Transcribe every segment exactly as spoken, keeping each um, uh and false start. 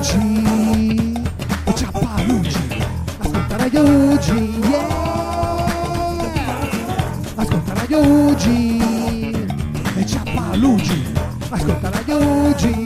Ugi, e Ciappa Luigi, ascolta Radio Ugi, yeah! Ascolta Radio Ugi, e Ciappa Luigi, ascolta Radio Ugi,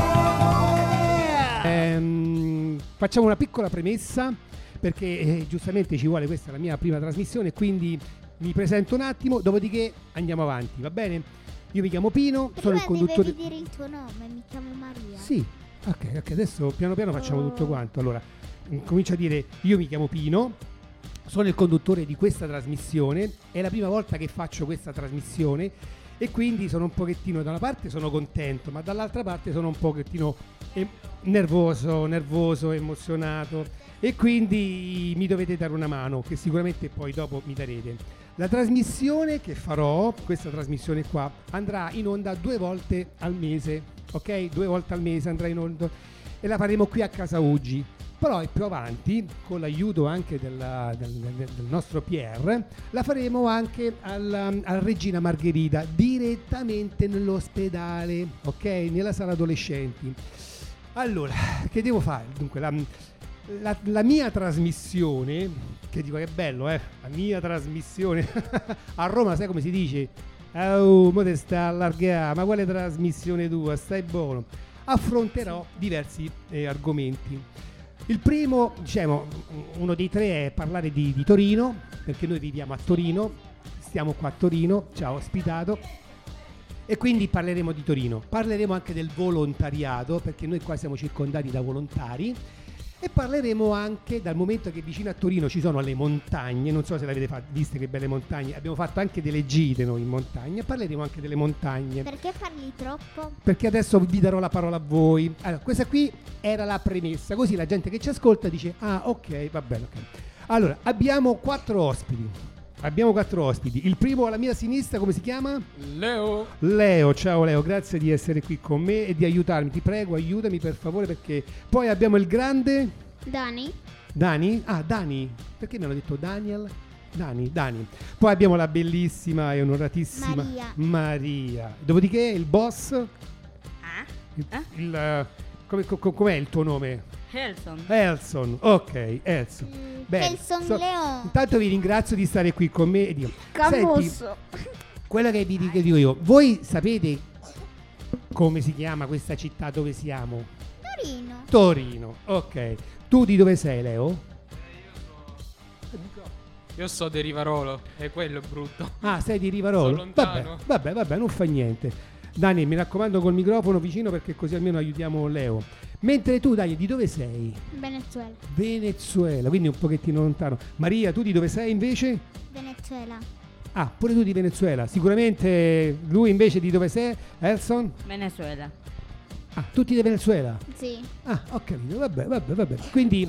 yeah! Ehm, facciamo una piccola premessa, perché eh, giustamente ci vuole, questa è la mia prima trasmissione, quindi mi presento un attimo, dopodiché andiamo avanti, va bene? Io mi chiamo Pino, Prima sono il conduttore. devi dire il tuo nome, mi chiamo Maria. Sì, ok, ok, adesso piano piano facciamo Oh. tutto quanto. Allora, comincio a dire, io mi chiamo Pino, sono il conduttore di questa trasmissione, è la prima volta che faccio questa trasmissione e quindi sono un pochettino, da una parte sono contento, ma dall'altra parte sono un pochettino eh, nervoso, nervoso, emozionato, e quindi mi dovete dare una mano, che sicuramente poi dopo mi darete. La trasmissione che farò, questa trasmissione qua, andrà in onda due volte al mese, ok? Due volte al mese andrà in onda e la faremo qui a Casa Ugi. Però più avanti, con l'aiuto anche della, del, del, del nostro P R, la faremo anche al, al Regina Margherita, direttamente nell'ospedale, ok? Nella sala adolescenti. Allora, che devo fare? Dunque, la, la, la mia trasmissione, che dico che è bello, eh? La mia trasmissione, a Roma sai come si dice? Oh, mo te sta allargare, ma quale trasmissione tua? Stai buono. Affronterò diversi eh, argomenti. Il primo, diciamo, uno dei tre è parlare di, di Torino, perché noi viviamo a Torino, stiamo qua a Torino, ci ha ospitato e quindi parleremo di Torino. Parleremo anche del volontariato, perché noi qua siamo circondati da volontari, e parleremo anche, dal momento che vicino a Torino ci sono le montagne, non so se l'avete fatto, viste che belle montagne, abbiamo fatto anche delle gite noi in montagna, parleremo anche delle montagne. Perché parli troppo? Perché adesso vi darò la parola a voi. Allora, questa qui era la premessa, così la gente che ci ascolta dice ah ok, va bene, ok. Allora, abbiamo quattro ospiti. Abbiamo quattro ospiti. Il primo alla mia sinistra, come si chiama? Leo. Leo, ciao Leo, grazie di essere qui con me e di aiutarmi. Ti prego, aiutami per favore, perché poi abbiamo il grande Dani? Dani? Ah, Dani. Perché mi hanno detto Daniel? Dani, Dani. Poi abbiamo la bellissima e onoratissima Maria. Maria. Dopodiché il boss. Ah? Il, Eh? il, come, co- com'è il tuo nome? Helson. Elson, ok, Elson. Mm, Bene, Elson so- Leon. Intanto vi ringrazio di stare qui con me e di... Senti, Camusso. quello che vi dico dico io, voi sapete come si chiama questa città dove siamo? Torino. Torino, ok. Tu di dove sei, Leo? Io so di Rivarolo e quello è brutto. Ah, sei di Rivarolo? Sono Vabbè, lontano. vabbè, vabbè, non fa niente. Dani, mi raccomando col microfono vicino, perché così almeno aiutiamo Leo. Mentre tu, Dani, di dove sei? Venezuela. Venezuela, quindi un pochettino lontano. Maria, tu di dove sei invece? Venezuela. Ah, pure tu di Venezuela. Sicuramente lui invece di dove sei? Elson? Venezuela. Ah, tutti di Venezuela. Sì. Ah, ho capito, vabbè, vabbè, vabbè. Quindi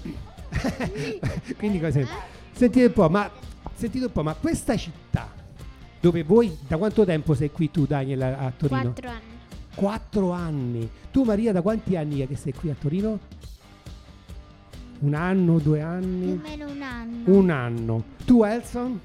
quindi cosa? Sentite un po', ma sentite un po', ma questa città dove voi da quanto tempo sei qui tu, Daniel, a a Torino? Quattro anni. Quattro anni. Tu, Maria, da quanti anni è che sei qui a Torino? Un anno, due Più o anni? meno un anno. Un anno. Tu, Elson?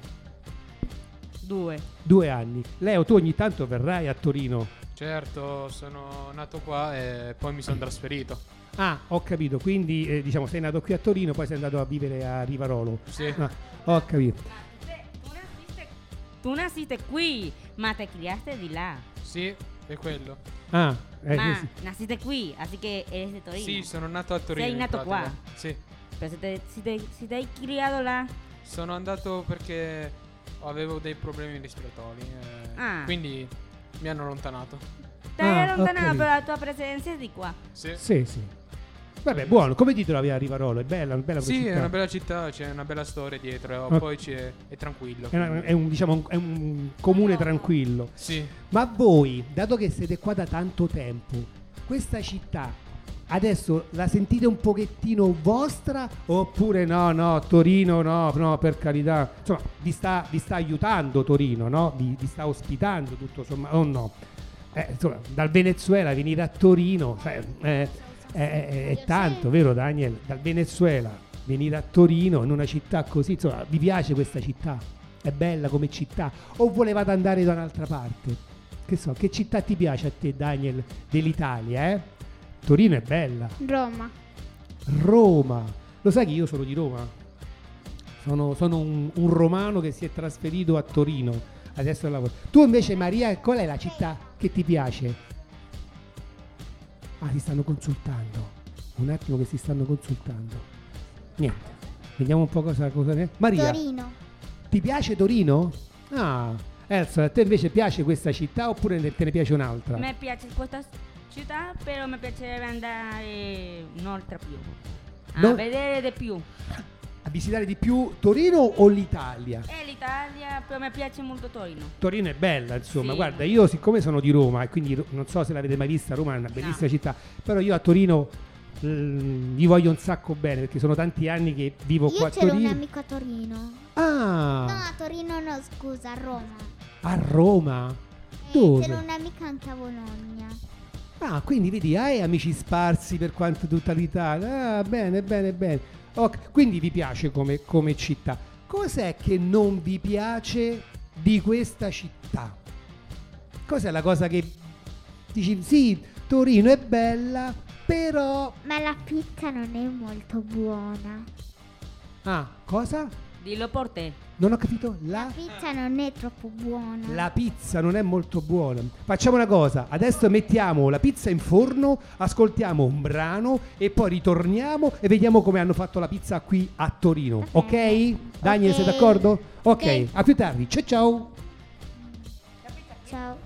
Due. Due anni. Leo, tu ogni tanto verrai a Torino? Certo, sono nato qua e poi mi sono trasferito. Ah, ho capito. Quindi, eh, diciamo, sei nato qui a Torino, poi sei andato a vivere a Rivarolo. Sì. Ah, ho capito. Tu naciste, tu naciste qui, ma te criaste di là. Sì, è quello. Ah, eh, ma sì. naciste qui, así que eres de Torino. Sì, sono nato a Torino. Sei in nato pratica. qua? Sì. Pero si te, si te, si te hai criado là. Sono andato perché avevo dei problemi respiratori. eh, Ah. Quindi mi hanno allontanato. Te hai Ah, allontanato, ok. pero la tua presencia es di qua. Sì. Sì, sì. Vabbè, buono. Come ti trovi a Rivarolo? È bella, una bella Sì, città. è una bella città, c'è una bella storia dietro, Ok. poi c'è, è tranquillo. È, una- è un, diciamo, è un comune tranquillo. Sì. Ma voi, dato che siete qua da tanto tempo, questa città adesso la sentite un pochettino vostra oppure no, no, Torino no, no, per carità. Insomma, vi sta, vi sta aiutando Torino, no? Vi, vi sta ospitando tutto sommato, o no? Eh, insomma, dal Venezuela venire a Torino, cioè, eh, è, è- è tanto, vero Daniel? Dal Venezuela venire a Torino, in una città così, insomma, vi piace questa città? È bella come città? O volevate andare da un'altra parte? Che so, che città ti piace a te, Daniel, dell'Italia, eh? Torino è bella. Roma. Roma. Lo sai che io sono di Roma? Sono, sono un, un romano che si è trasferito a Torino. Adesso lavoro. Tu invece, Maria, qual è la città che ti piace? Ah, si stanno consultando. Un attimo che si stanno consultando. Niente. Vediamo un po' cosa, cosa ne è. Maria, Torino. ti piace Torino? Ah, Elsa, a te invece piace questa città oppure ne- te ne piace un'altra? Mi piace questa città, però mi piacerebbe andare un'altra più. A No. vedere di più. A visitare di più Torino o l'Italia? E l'Italia, però mi piace molto Torino. Torino è bella, insomma. Sì. Guarda, io siccome sono di Roma e quindi ro- non so se l'avete mai vista, Roma è una bellissima No. città, però io a Torino mm, gli voglio un sacco bene perché sono tanti anni che vivo qua Io a c'ero un Torino. amico a Torino. Ah, No, a Torino no, scusa, a Roma. a Roma. E Dove? c'era un'amica anche a Bologna. Ah, quindi vedi, hai amici sparsi per quanto tutta l'Italia. Ah, bene, bene, bene. Ok, quindi vi piace come, come città. Cos'è che non vi piace di questa città? Cos'è la cosa che dici, sì, Torino è bella, però... Ma la pizza non è molto buona. Ah, cosa? Dillo per te. Non ho capito. La La, pizza non è troppo buona. la pizza non è molto buona. Facciamo una cosa, adesso mettiamo la pizza in forno, ascoltiamo un brano e poi ritorniamo e vediamo come hanno fatto la pizza qui a Torino. Va Ok? bene. Daniel, Ok. sei d'accordo? Ok, Ok. a più tardi. Ciao ciao. Ciao.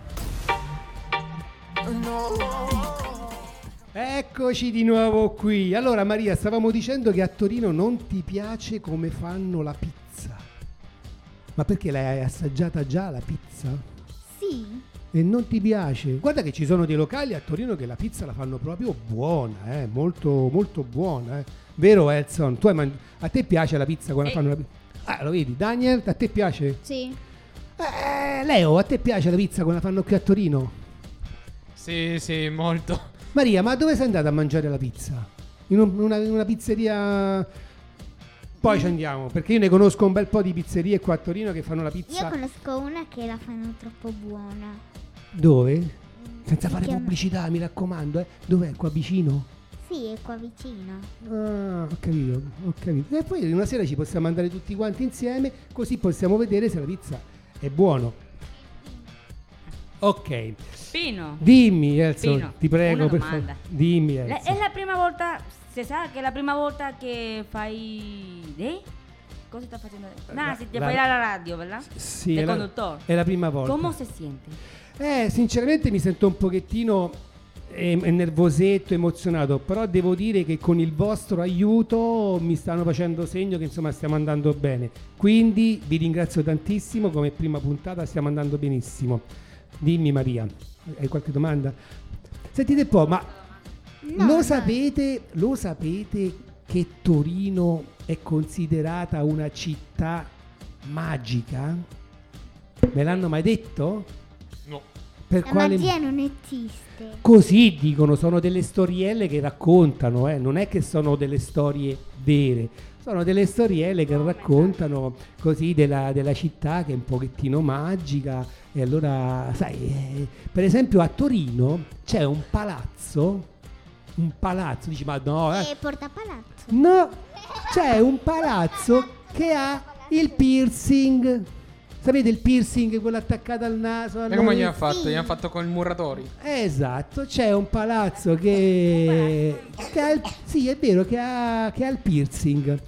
Eccoci di nuovo qui. Allora Maria, stavamo dicendo che a Torino non ti piace come fanno la pizza. Ma perché l'hai assaggiata già la pizza? Sì. E non ti piace? Guarda che ci sono dei locali a Torino che la pizza la fanno proprio buona, eh? molto, molto buona. Eh? Vero Elson? Tu hai man- a te piace la pizza quando Sì. fanno la pizza? Ah, lo vedi? Daniel, a te piace? Sì. Eh, Leo, a te piace la pizza quando la fanno qui a Torino? Sì, sì, molto. Maria, ma dove sei andata a mangiare la pizza? In, un- una, in una pizzeria... Poi ci andiamo, perché io ne conosco un bel po' di pizzerie qua a Torino che fanno la Io pizza... conosco una che la fanno troppo buona. Dove? Senza Si fare chiama- pubblicità, mi raccomando, eh. Dov'è? Qua vicino? Sì, è qua vicino. Ah, ho capito, ho capito. E poi una sera ci possiamo andare tutti quanti insieme, così possiamo vedere se la pizza è buona. Ok, Pino. dimmi Elson, Pino, ti prego, una per domanda. favore. Dimmi La- Elson. è la prima volta, si sa che è la prima volta che fai... Eh? Cosa sta facendo? La- No, si ti la- fai la radio, ¿verdad? Sì, del è la, conduttore. è la prima volta. ¿Cómo se siente? Eh, sinceramente mi sento un pochettino eh, nervosetto, emozionato, però devo dire che con il vostro aiuto mi stanno facendo segno che insomma stiamo andando bene. Quindi vi ringrazio tantissimo, come prima puntata stiamo andando benissimo. Dimmi Maria, hai qualche domanda? Sentite un po', ma No, lo no. sapete, lo sapete che Torino è considerata una città magica? Me l'hanno mai detto? No. Per La quale magia non esiste. Così dicono, sono delle storielle che raccontano, eh, non è che sono delle storie vere, sono delle storielle che raccontano così della, della città che è un pochettino magica. E allora, sai, eh, per esempio a Torino c'è un palazzo, un palazzo, dici ma no, eh, E porta palazzo. no, c'è un palazzo che ha il piercing. Sapete il piercing, quello attaccato al naso? E come gli hanno hanno fatto? Sì. Gli hanno fatto con il muratori. Esatto, c'è un palazzo che, che ha il, sì, è vero che ha, che ha il piercing.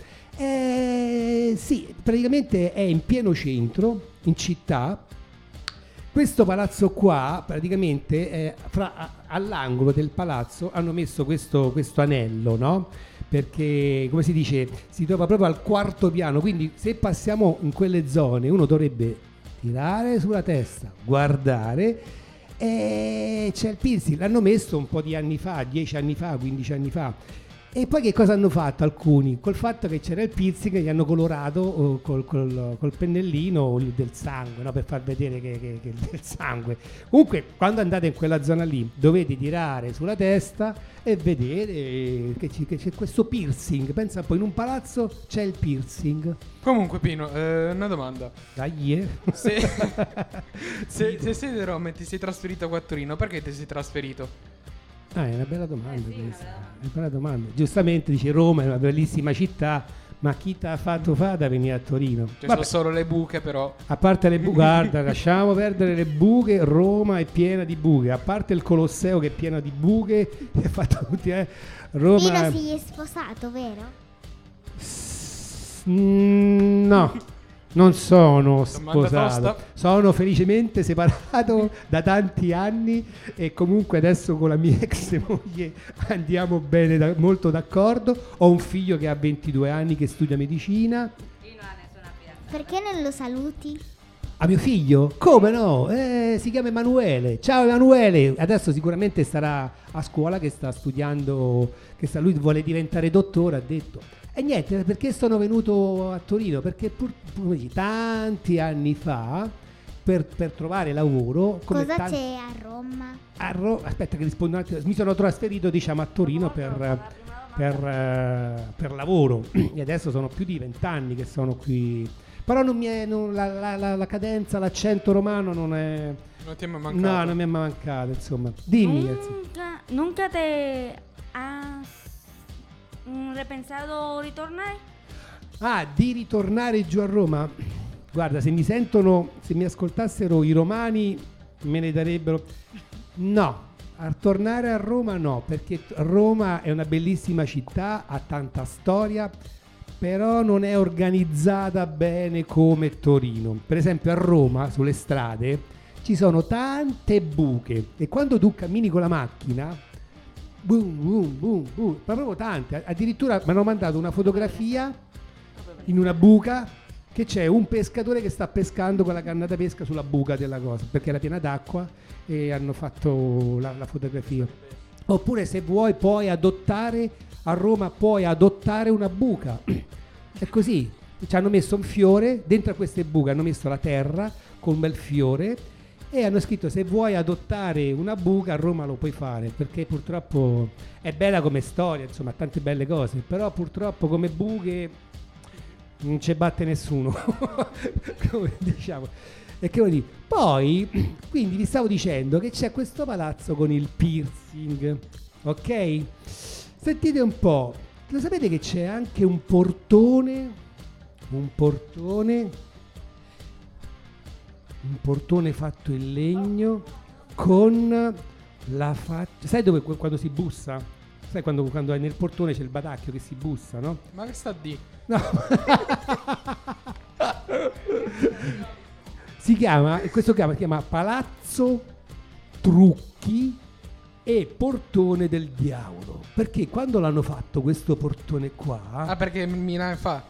Eh, sì, praticamente è in pieno centro, in città. Questo palazzo qua, praticamente, eh, fra, a- all'angolo del palazzo hanno messo questo, questo anello, no? Perché, come si dice, si trova proprio al quarto piano, quindi se passiamo in quelle zone uno dovrebbe tirare sulla testa, guardare e c'è il piercing. L'hanno messo un po' di anni fa, dieci anni fa, quindici anni fa. E poi che cosa hanno fatto alcuni? Col fatto che c'era il piercing gli hanno colorato oh, col, col- col pennellino del sangue, no? Per far vedere che, che, che è del sangue. Comunque quando andate in quella zona lì dovete tirare sulla testa e vedere che, ci- che c'è questo piercing. Pensa poi in un palazzo c'è il piercing. Comunque, Pino, eh, una domanda. Dai, eh. Se, se, se sei di Roma e ti sei trasferito qua a Torino, perché ti sei trasferito? Ah, è una bella domanda questa. È una bella domanda. Giustamente dice Roma è una bellissima città, ma chi ti ha fatto fare da venire a Torino? Ci Vabbè, sono solo le buche, però. a parte le buche, guarda, lasciamo perdere le buche, Roma è piena di buche, a parte il Colosseo che è pieno di buche, è fatto tutti, eh. Roma... Pino si è sposato, vero? S- mm, no, non sono Domanda sposato, tosta. sono felicemente separato da tanti anni e comunque adesso con la mia ex moglie andiamo bene, da- molto d'accordo. Ho un figlio che ha ventidue anni che studia medicina. Io non ho nessuna fidanzata. Perché non lo saluti? A mio figlio? Come no? Eh, si chiama Emanuele. Ciao Emanuele. Adesso sicuramente starà a scuola che sta studiando, che sta, lui vuole diventare dottore, ha detto. E niente, perché sono venuto a Torino? Perché pur, pur- tanti anni fa, per, per trovare lavoro... come Cosa tanti- c'è a Roma? a Ro- aspetta che rispondo un attimo. Mi sono trasferito diciamo a Torino per, per, eh, per lavoro e adesso sono più di vent'anni che sono qui. Però non mi è, non- la, la- la- la cadenza, l'accento romano non è... Non ti è mai mancato. No, non mi è mai mancato, insomma. Dimmi, Elsie. Nunca, nunca te has mm, repensato ritornare? Ah, di ritornare giù a Roma? Guarda, se mi sentono, se mi ascoltassero i romani me ne darebbero... No, a tornare a Roma no, perché t- Roma è una bellissima città, ha tanta storia, però non è organizzata bene come Torino. Per esempio a Roma, sulle strade, ci sono tante buche e quando tu cammini con la macchina, boom, boom, boom, boom, ma proprio tante. Addirittura mi hanno mandato una fotografia in una buca che c'è un pescatore che sta pescando con la canna da pesca sulla buca della cosa, perché era piena d'acqua e hanno fatto la, la fotografia. Oppure se vuoi puoi adottare, a Roma puoi adottare una buca. È così, ci hanno messo un fiore, dentro a queste buche hanno messo la terra con un bel fiore e hanno scritto se vuoi adottare una buca a Roma lo puoi fare, perché purtroppo è bella come storia, insomma, ha tante belle cose, però purtroppo come buche non ci batte nessuno. Come diciamo. E che vuol dire? Poi, quindi vi stavo dicendo che c'è questo palazzo con il piercing, ok? Sentite un po', lo sapete che c'è anche un portone, un portone, un portone fatto in legno con la faccia... Sai dove quando si bussa? Sai quando, quando è nel portone c'è il batacchio che si bussa, no? Ma che sta di? No. Si chiama, e questo chiama, si chiama Palazzo Trucchi e Portone del Diavolo. Perché quando l'hanno fatto questo portone qua? Ah, perché Milano fa?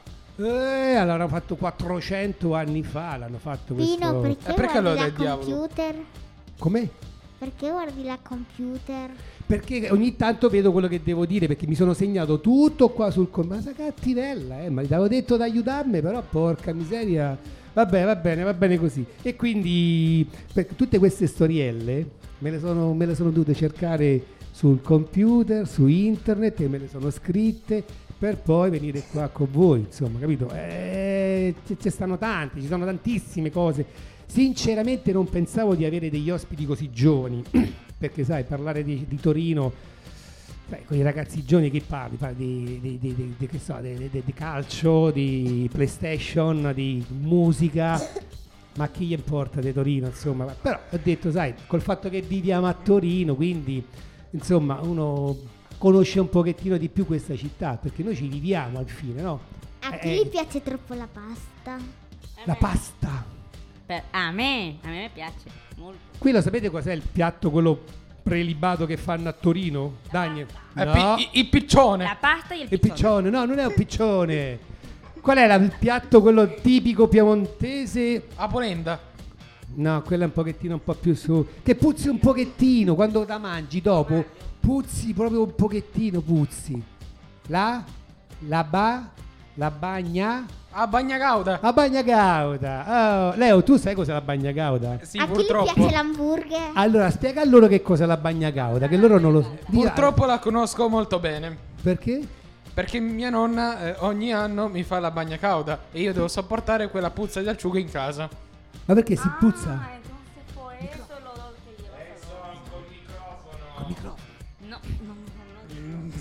Eh, l'hanno fatto quattrocento anni fa, l'hanno fatto questo. Pino, perché, Eh, perché guardi allora la del diavolo? computer? Com'è? Perché guardi la computer? Perché ogni tanto vedo quello che devo dire, perché mi sono segnato tutto qua sul computer. Ma sa cattivella, eh, ma ti avevo detto di aiutarmi, però porca miseria. Vabbè, va bene, va bene così. E quindi per tutte queste storielle me le sono, me le sono dovute cercare sul computer, su internet e me le sono scritte per poi venire qua con voi, insomma, capito? Eh, ce, ce stanno tanti, ci sono tantissime cose. Sinceramente non pensavo di avere degli ospiti così giovani, perché sai, parlare di, di Torino, sai, con i ragazzi giovani che parli, parli di, di, di, di, di, che so, di, di, di calcio, di PlayStation, di musica, ma chi gli importa di Torino, insomma. Però ho detto, sai, col fatto che viviamo a Torino, quindi insomma uno conosce un pochettino di più questa città, perché noi ci viviamo al fine, no? A Eh, chi eh, gli piace troppo la pasta? la pasta. Per- a me, a me piace molto. Qui lo sapete cos'è il piatto quello prelibato che fanno a Torino? Daniel? Eh, No. pi- i- il piccione. La pasta e il Il piccione. piccione, no, non è un piccione. Qual è la- il piatto quello tipico piemontese? A polenta. No, quello è un pochettino un po' più su. Che puzzi un pochettino quando la mangi dopo. Puzzi proprio un pochettino, puzzi. La? La ba? La bagna? A bagna cauda. La bagna cauda. Oh, Leo, tu sai cos'è la bagna cauda? Sì, a chi gli purtroppo. piace l'hamburger? Allora, spiega a loro che cos'è la bagna cauda, che loro non lo sanno. Purtroppo la conosco molto bene. Perché? Perché mia nonna eh, ogni anno mi fa la bagna cauda e io devo sopportare quella puzza di acciughe in casa. Ma perché si puzza? Ah, entonces por eso el olor que lleva. Col microfono. No.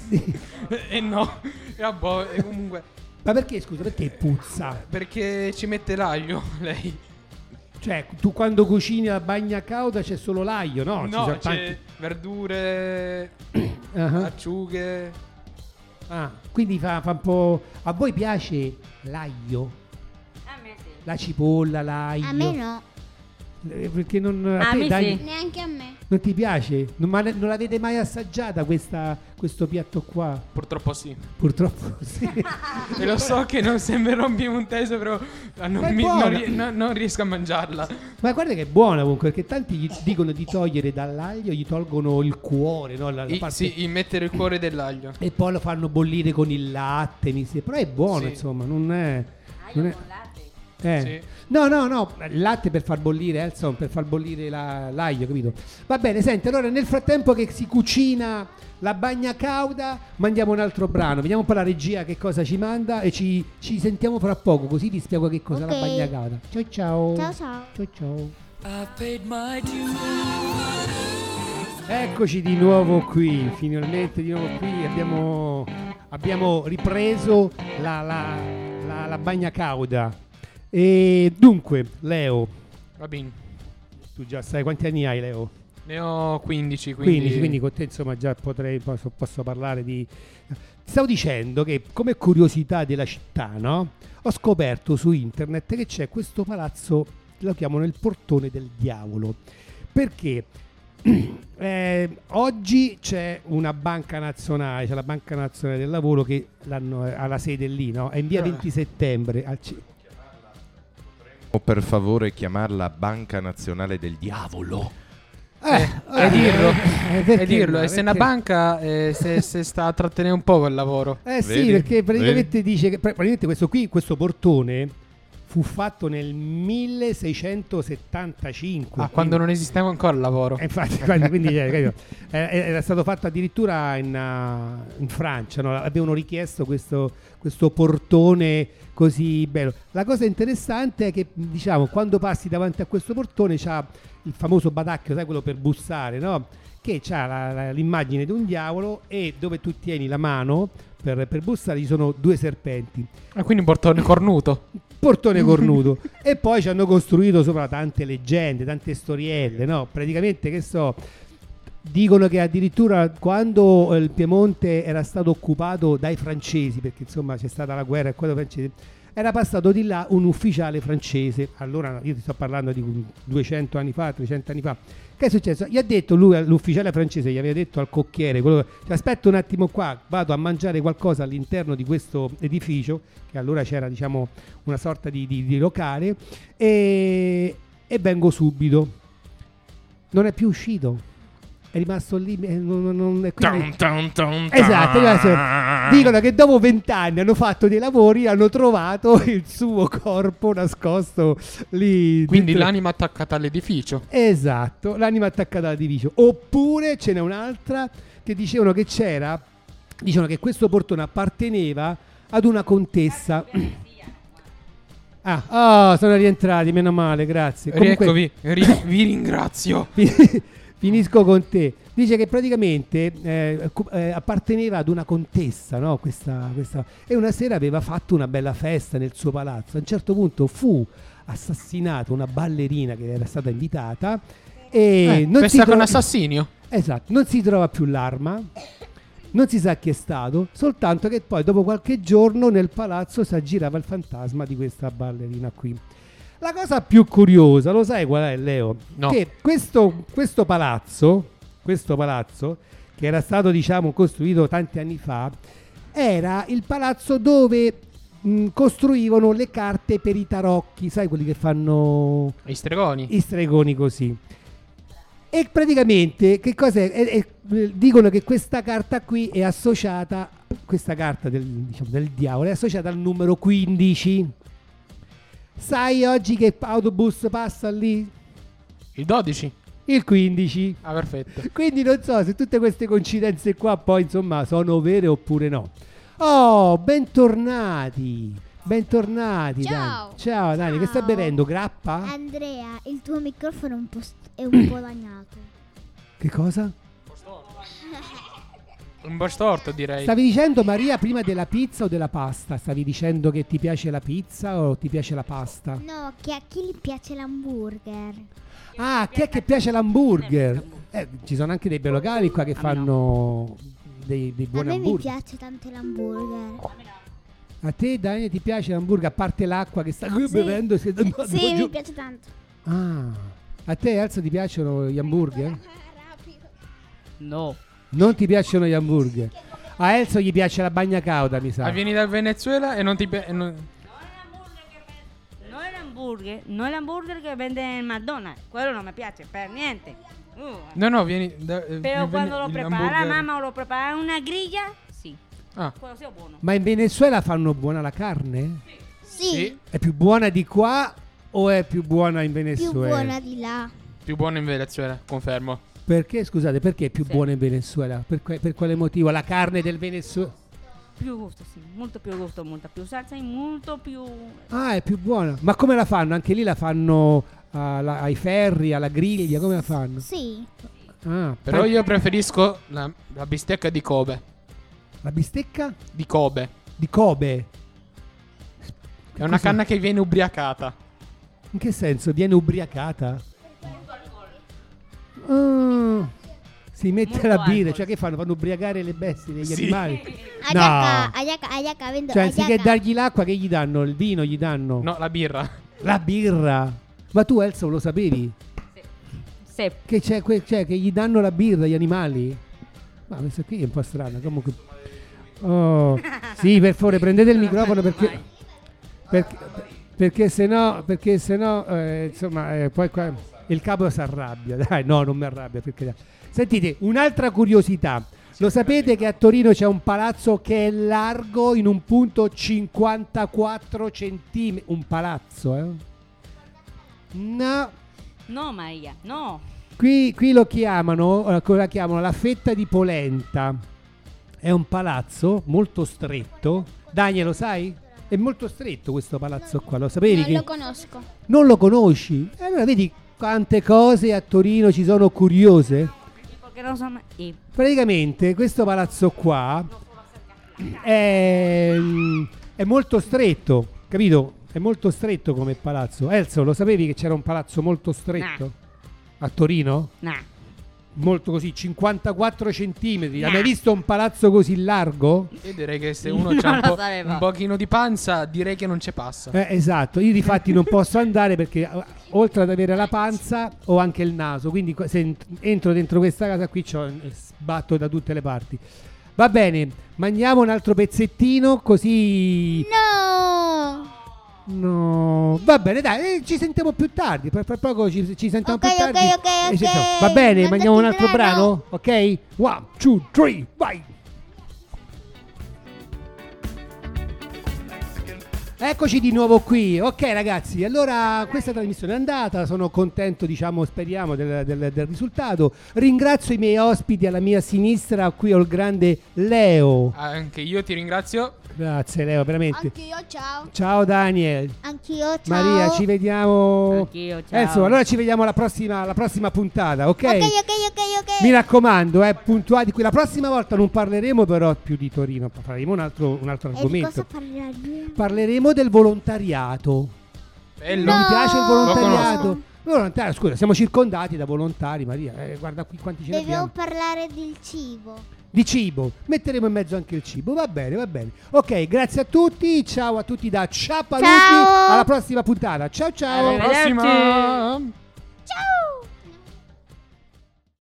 E no, e vabbè, e comunque Ma perché, scusa, perché puzza? perché ci mette l'aglio lei. Cioè, tu quando cucini la bagna cauda c'è solo l'aglio, no? Ci No, sono c'è tanti- verdure, Ah, acciughe. ah, quindi fa, fa un po'... A voi piace l'aglio? A me sì. La cipolla, l'aglio? A me no, Eh, Perché non... A te, me Dani, sì. neanche a me. non ti piace? Non, ma non l'avete mai assaggiata questa, questo piatto qua? Purtroppo sì. Purtroppo sì. E lo so che non sembrerò un piemontese, però ah, non, Ma è mi- non buona. ri- no- non riesco a mangiarla. Ma guarda che è buona comunque, perché tanti gli dicono di togliere dall'aglio, gli tolgono il cuore, no? La, la I- parte- sì, il mettere il cuore dell'aglio. E poi lo fanno bollire con il latte, mi sembra. Però è buono, Sì. insomma, non è... Aglio non è- con latte. eh. Sì. No, no, no, il latte per far bollire, Elson, per far bollire la- l'aglio, capito? Va bene, senti, allora nel frattempo che si cucina la bagna cauda, mandiamo un altro brano, vediamo un po' la regia che cosa ci manda e ci, ci sentiamo fra poco, così vi spiego che cos'è la Ok. bagna cauda. Ciao ciao. Ciao ciao. Ciao ciao. I paid my dues. Eccoci di nuovo qui, finalmente di nuovo qui, abbiamo, abbiamo ripreso la, la, la, la bagna cauda. E dunque, Leo, Va bene. tu già sai quanti anni hai, Leo? Ne ho quindici, quindi... quindici, quindi con te insomma già potrei, posso, posso parlare di... Stavo dicendo che come curiosità della città, no? Ho scoperto su internet che c'è questo palazzo, lo chiamano il portone del diavolo, perché eh, oggi c'è una banca nazionale, c'è la banca nazionale del lavoro che l'hanno, ha la sede lì, no? È in via Ah. venti settembre. Al C- O per favore chiamarla Banca Nazionale del Diavolo. Eh, eh, e dirlo, eh, perché e dirlo, no? e se una Perché- banca eh, se, se sta a trattenere un po' quel lavoro. Eh sì, Vedi? perché praticamente dice che praticamente questo qui, questo portone fu fatto nel milleseicentosettantacinque. Ah, quando non esisteva ancora il lavoro. Eh, infatti, quindi, quindi, eh, capito? Eh, era stato fatto addirittura in, uh, in Francia, no? Avevano richiesto questo, questo portone così bello. La cosa interessante è che, diciamo, quando passi davanti a questo portone c'ha il famoso badacchio, sai, quello per bussare, no? Che c'ha la- la- l'immagine di un diavolo e dove tu tieni la mano per, per bussare ci sono due serpenti. E quindi un portone cornuto. Portone cornuto. E poi ci hanno costruito sopra tante leggende, tante storielle, no? Praticamente, che so, dicono che addirittura quando eh, il Piemonte era stato occupato dai francesi, perché insomma c'è stata la guerra e quello francese, era passato di là un ufficiale francese. Allora io ti sto parlando di un duecento anni fa, trecento anni fa. Che è successo? Gli ha detto lui, l'ufficiale francese, gli aveva detto al cocchiere, quello, cioè, aspetta un attimo qua, vado a mangiare qualcosa all'interno di questo edificio, che allora c'era, diciamo, una sorta di, di- di locale, e, e vengo subito. Non è più uscito. È rimasto lì. eh, non- non- non- e quindi- Esatto, adesso dicono che dopo vent'anni hanno fatto dei lavori, hanno trovato il suo corpo nascosto lì. Quindi dentro- l'anima attaccata all'edificio. Esatto, l'anima attaccata all'edificio. Oppure ce n'è un'altra che dicevano che c'era, dicevano che questo portone apparteneva ad una contessa. Ah, ah, sono rientrati, meno male, grazie. Comunque- Rieccovi, ri- vi ringrazio. Finisco con te. Dice che praticamente eh, cu- eh, apparteneva ad una contessa, no? Questa, questa, e una sera aveva fatto una bella festa nel suo palazzo. A un certo punto fu assassinata una ballerina che era stata invitata e Eh, non si questa con trova- assassinio. Esatto, non si trova più l'arma, non si sa chi è stato, soltanto che poi dopo qualche giorno nel palazzo si aggirava il fantasma di questa ballerina qui. La cosa più curiosa, lo sai qual è, Leo? No. Che questo, questo palazzo, questo palazzo, che era stato, diciamo, costruito tanti anni fa, era il palazzo dove mh, costruivano le carte per i tarocchi, sai, quelli che fanno I stregoni. i stregoni così. E praticamente che cos'è? È- è- dicono che questa carta qui è associata, questa carta del, diciamo, del diavolo è associata al numero quindici. Sai oggi che autobus passa lì? Il dodici. Il quindici. Ah, perfetto. Quindi non so se tutte queste coincidenze qua poi insomma sono vere oppure no. Oh, bentornati. Bentornati. Ciao. Dani. Ciao Dani, che stai Ciao. bevendo? Grappa? Andrea, il tuo microfono è un po', st- è un po' bagnato. Che cosa? Un po' storto, direi. Stavi dicendo, Maria, prima della pizza o della pasta? Stavi dicendo che ti piace la pizza o ti piace la pasta? No, che a chi gli piace l'hamburger. Ah, a chi è che piace l'hamburger? Eh, ci sono anche dei bei locali qua che fanno dei, dei A buoni me mi hamburger. piace tanto l'hamburger. A te, Daniele, ti piace l'hamburger? A parte l'acqua che sta bevendo? Si... Sì, mi piace tanto. Ah, a te, Elsa, ti piacciono gli hamburger? No. Non ti piacciono gli hamburger? A Elsa gli piace la bagna cauda, mi sa. Ah, vieni dal Venezuela e non ti piace. Non... No el hamburger, no el hamburger que vende en McDonald's. Quello non mi piace per niente. Uh. No, no, vieni. Da, eh, Pero il cuando vene- lo il prepara hamburger- mamma o lo prepara en una grilla, sì. Ah, Quello sia buono. Ma in Venezuela fanno buona la carne? Sì, sì, È più buona di qua o è più buona in più Venezuela? buona di là. più buono in Venezuela, confermo. Perché, scusate, perché è più Sì. buona in Venezuela? Per, que- per quale motivo? La carne del Venezuela? Più gusto, sì. Molto più gusto, molta più salsa e molto più... Ah, è più buona. Ma come la fanno? Anche lì la fanno alla- ai ferri, alla griglia, come la fanno? Sì. Ah, Però pa- io preferisco la, la bistecca di Kobe. La bistecca Di Kobe. di Kobe. È una Cos'è? canna che viene ubriacata. In che senso? Viene ubriacata? Ah, si mette Molto la birra, alcol. cioè che fanno? Fanno ubriacare le bestie, gli Sì. animali? Ayaka, ayaka, ayaka, vendo Cioè, anziché ayaka. dargli l'acqua, che gli danno? Il vino gli danno? No, la birra. La birra. Ma tu, Elsa, lo sapevi? Sì. Che c'è, que- cioè, che gli danno la birra agli animali? Ma questa qui è un po' strana. Comunque. Oh. Sì, per favore, prendete il microfono perché. Perché, perché se no, perché se no, eh, insomma, eh, poi qua il capo si arrabbia. Dai, no, non mi arrabbia. Perché... Sentite, un'altra curiosità. Lo sapete che a Torino c'è un palazzo che è largo in un punto cinquantaquattro centimetri? Un palazzo, eh? No. No, Maria, no. Qui, qui lo chiamano, eh, come la chiamano, la fetta di polenta. È un palazzo molto stretto. Daniel, lo sai? È molto stretto questo palazzo qua, lo sapevi? Non che lo conosco. non lo conosci? E allora vedi quante cose a Torino ci sono curiose? Perché non so... E Praticamente questo palazzo qua è, è molto stretto, capito? È molto stretto come palazzo. Elsa, lo sapevi che c'era un palazzo molto stretto a Torino? no. Molto così, cinquantaquattro centimetri. Hai No. mai visto un palazzo così largo? Io direi che se uno Non ha un, lo po', sapevo. un pochino di panza, direi che non ci passa. Eh, esatto, io difatti non posso andare perché eh, oltre ad avere la panza ho anche il naso, quindi qua- se ent- entro dentro questa casa qui c'ho, eh, sbatto da tutte le parti. Va bene, mangiamo un altro pezzettino così... No! No, va bene, dai, eh, ci sentiamo più tardi. Fra fra poco ci, ci sentiamo Ok, più tardi. ok, ok, e ci ok. sentiamo. Va bene, Mandati mangiamo un il altro brano. brano? Ok? One, two, three, vai! Eccoci di nuovo qui. Ok, ragazzi, allora questa trasmissione è andata. Sono contento, diciamo, speriamo del, del- del risultato. Ringrazio i miei ospiti alla mia sinistra. Qui ho il grande Leo. Anche io ti ringrazio. Grazie, Leo, veramente. Anch'io, ciao. Ciao, Daniel. Anch'io, ciao. Maria, ci vediamo. Anch'io, ciao. Eh, insomma, allora ci vediamo alla prossima, alla prossima puntata, ok? Ok, ok, ok, ok. Mi raccomando, eh, puntuali qui. La prossima volta non parleremo però più di Torino, faremo un altro, un altro E di argomento. cosa parleremo? Parleremo del volontariato. Bello. Mi piace il No. volontariato. Lo Volontariato, scusa, siamo circondati da volontari, Maria. Eh, guarda qui quanti ce ne Devo abbiamo. parlare del cibo. Di cibo. Metteremo in mezzo anche il cibo. Va bene, va bene. Ok, grazie a tutti. Ciao a tutti da Ciapalupi. Ciao. Alla prossima puntata. Ciao ciao. Alla prossima.